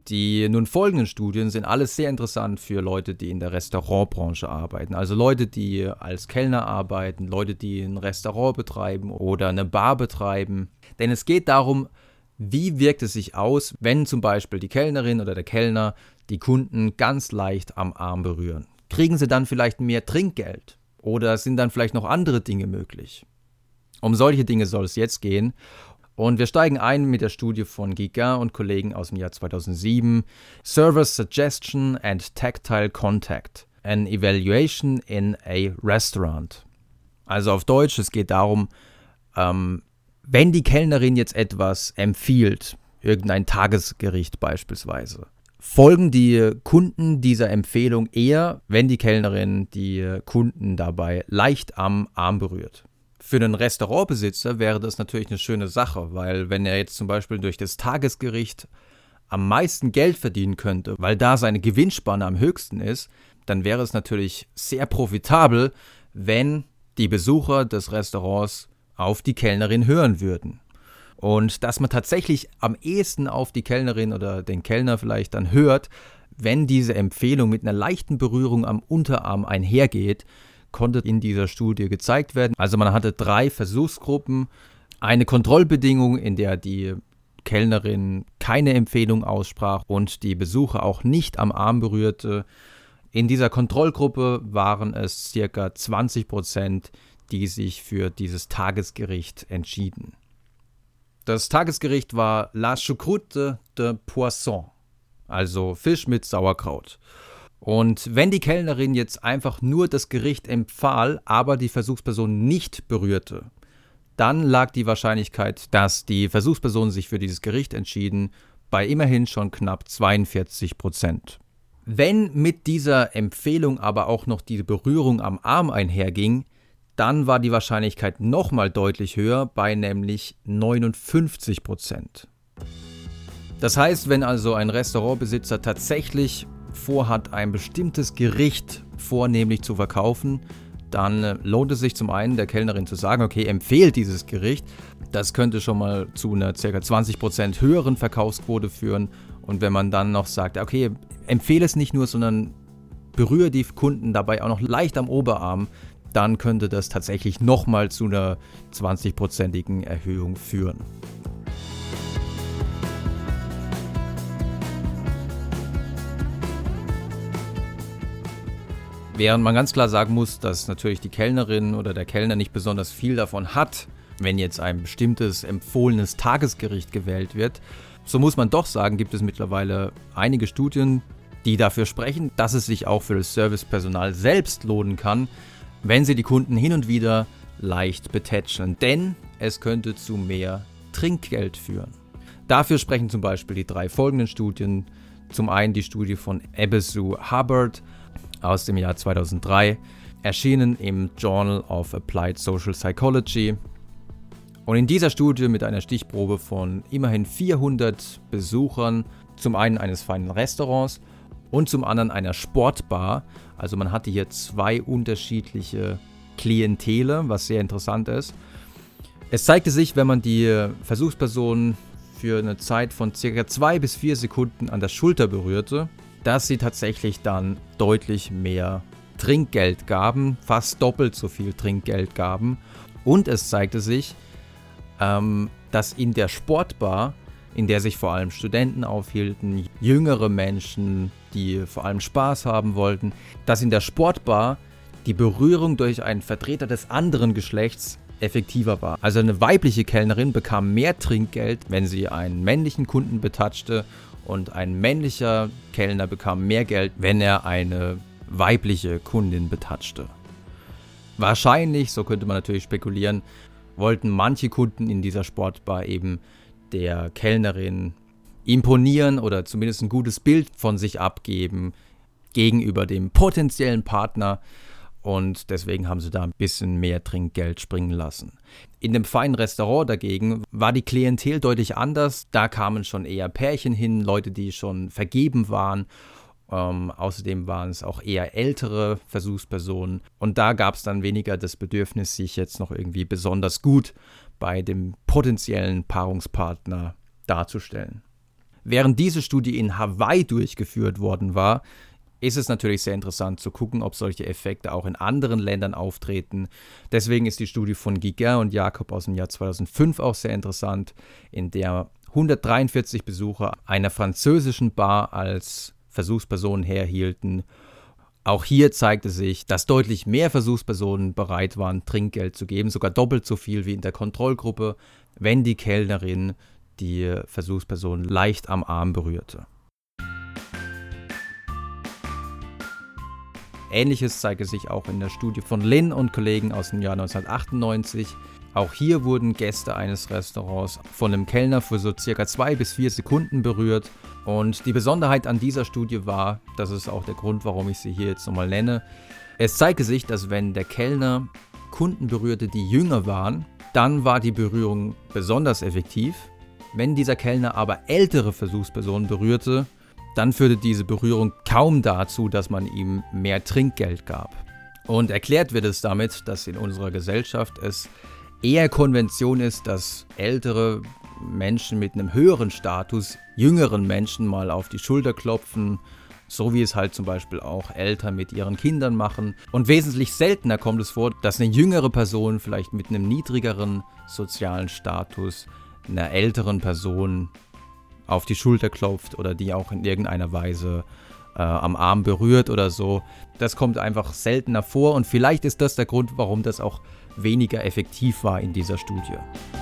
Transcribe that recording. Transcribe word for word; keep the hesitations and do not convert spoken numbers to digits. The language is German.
Die nun folgenden Studien sind alles sehr interessant für Leute, die in der Restaurantbranche arbeiten. Also Leute, die als Kellner arbeiten, Leute, die ein Restaurant betreiben oder eine Bar betreiben. Denn es geht darum, wie wirkt es sich aus, wenn zum Beispiel die Kellnerin oder der Kellner die Kunden ganz leicht am Arm berühren. Kriegen sie dann vielleicht mehr Trinkgeld? Oder sind dann vielleicht noch andere Dinge möglich? Um solche Dinge soll es jetzt gehen. Und wir steigen ein mit der Studie von Guigain und Kollegen aus dem Jahr zweitausendsieben. Server Suggestion and Tactile Contact. An Evaluation in a Restaurant. Also auf Deutsch, es geht darum, ähm, wenn die Kellnerin jetzt etwas empfiehlt, irgendein Tagesgericht beispielsweise, folgen die Kunden dieser Empfehlung eher, wenn die Kellnerin die Kunden dabei leicht am Arm berührt. Für einen Restaurantbesitzer wäre das natürlich eine schöne Sache, weil wenn er jetzt zum Beispiel durch das Tagesgericht am meisten Geld verdienen könnte, weil da seine Gewinnspanne am höchsten ist, dann wäre es natürlich sehr profitabel, wenn die Besucher des Restaurants auf die Kellnerin hören würden. Und dass man tatsächlich am ehesten auf die Kellnerin oder den Kellner vielleicht dann hört, wenn diese Empfehlung mit einer leichten Berührung am Unterarm einhergeht, konnte in dieser Studie gezeigt werden. Also man hatte drei Versuchsgruppen, eine Kontrollbedingung, in der die Kellnerin keine Empfehlung aussprach und die Besucher auch nicht am Arm berührte. In dieser Kontrollgruppe waren es circa zwanzig Prozent, die sich für dieses Tagesgericht entschieden. Das Tagesgericht war La Choucroute de Poisson, also Fisch mit Sauerkraut. Und wenn die Kellnerin jetzt einfach nur das Gericht empfahl, aber die Versuchsperson nicht berührte, dann lag die Wahrscheinlichkeit, dass die Versuchspersonen sich für dieses Gericht entschieden, bei immerhin schon knapp zweiundvierzig Prozent. Wenn mit dieser Empfehlung aber auch noch die Berührung am Arm einherging, dann war die Wahrscheinlichkeit nochmal deutlich höher, bei nämlich neunundfünfzig Prozent. Das heißt, wenn also ein Restaurantbesitzer tatsächlich vorhat, ein bestimmtes Gericht vornehmlich zu verkaufen, dann lohnt es sich zum einen, der Kellnerin zu sagen, okay, empfehlt dieses Gericht. Das könnte schon mal zu einer ca. zwanzig Prozent höheren Verkaufsquote führen. Und wenn man dann noch sagt, okay, empfehle es nicht nur, sondern berühre die Kunden dabei auch noch leicht am Oberarm, dann könnte das tatsächlich nochmal zu einer zwanzig-prozentigen Erhöhung führen. Während man ganz klar sagen muss, dass natürlich die Kellnerin oder der Kellner nicht besonders viel davon hat, wenn jetzt ein bestimmtes empfohlenes Tagesgericht gewählt wird, so muss man doch sagen, gibt es mittlerweile einige Studien, die dafür sprechen, dass es sich auch für das Servicepersonal selbst lohnen kann, wenn sie die Kunden hin und wieder leicht betätscheln, denn es könnte zu mehr Trinkgeld führen. Dafür sprechen zum Beispiel die drei folgenden Studien. Zum einen die Studie von Ebisu Hubbard aus dem Jahr zweitausenddrei, erschienen im Journal of Applied Social Psychology. Und in dieser Studie mit einer Stichprobe von immerhin vierhundert Besuchern, zum einen eines feinen Restaurants und zum anderen einer Sportbar. Also man hatte hier zwei unterschiedliche Klientele, was sehr interessant ist. Es zeigte sich, wenn man die Versuchspersonen für eine Zeit von ca. zwei bis vier Sekunden an der Schulter berührte, dass sie tatsächlich dann deutlich mehr Trinkgeld gaben, fast doppelt so viel Trinkgeld gaben. Und es zeigte sich, ähm, dass in der Sportbar, in der sich vor allem Studenten aufhielten, jüngere Menschen, die vor allem Spaß haben wollten, dass in der Sportbar die Berührung durch einen Vertreter des anderen Geschlechts effektiver war. Also eine weibliche Kellnerin bekam mehr Trinkgeld, wenn sie einen männlichen Kunden betatschte, und ein männlicher Kellner bekam mehr Geld, wenn er eine weibliche Kundin betatschte. Wahrscheinlich, so könnte man natürlich spekulieren, wollten manche Kunden in dieser Sportbar eben der Kellnerin imponieren oder zumindest ein gutes Bild von sich abgeben gegenüber dem potenziellen Partner. Und deswegen haben sie da ein bisschen mehr Trinkgeld springen lassen. In dem feinen Restaurant dagegen war die Klientel deutlich anders. Da kamen schon eher Pärchen hin, Leute, die schon vergeben waren. Ähm, außerdem waren es auch eher ältere Versuchspersonen. Und da gab es dann weniger das Bedürfnis, sich jetzt noch irgendwie besonders gut bei dem potenziellen Paarungspartner darzustellen. Während diese Studie in Hawaii durchgeführt worden war, ist es natürlich sehr interessant zu gucken, ob solche Effekte auch in anderen Ländern auftreten. Deswegen ist die Studie von Guiguin und Jacob aus dem Jahr zweitausendfünf auch sehr interessant, in der hundertdreiundvierzig Besucher einer französischen Bar als Versuchspersonen herhielten. Auch hier zeigte sich, dass deutlich mehr Versuchspersonen bereit waren, Trinkgeld zu geben, sogar doppelt so viel wie in der Kontrollgruppe, wenn die Kellnerin die Versuchsperson leicht am Arm berührte. Ähnliches zeigte sich auch in der Studie von Lin und Kollegen aus dem Jahr neunzehnhundertachtundneunzig. Auch hier wurden Gäste eines Restaurants von einem Kellner für so circa zwei bis vier Sekunden berührt. Und die Besonderheit an dieser Studie war, das ist auch der Grund, warum ich sie hier jetzt nochmal nenne, es zeigte sich, dass wenn der Kellner Kunden berührte, die jünger waren, dann war die Berührung besonders effektiv. Wenn dieser Kellner aber ältere Versuchspersonen berührte, dann führte diese Berührung kaum dazu, dass man ihm mehr Trinkgeld gab. Und erklärt wird es damit, dass in unserer Gesellschaft es eher Konvention ist, dass ältere Menschen mit einem höheren Status jüngeren Menschen mal auf die Schulter klopfen, so wie es halt zum Beispiel auch Eltern mit ihren Kindern machen. Und wesentlich seltener kommt es vor, dass eine jüngere Person vielleicht mit einem niedrigeren sozialen Status einer älteren Person auf die Schulter klopft oder die auch in irgendeiner Weise äh, am Arm berührt oder so. Das kommt einfach seltener vor und vielleicht ist das der Grund, warum das auch weniger effektiv war in dieser Studie.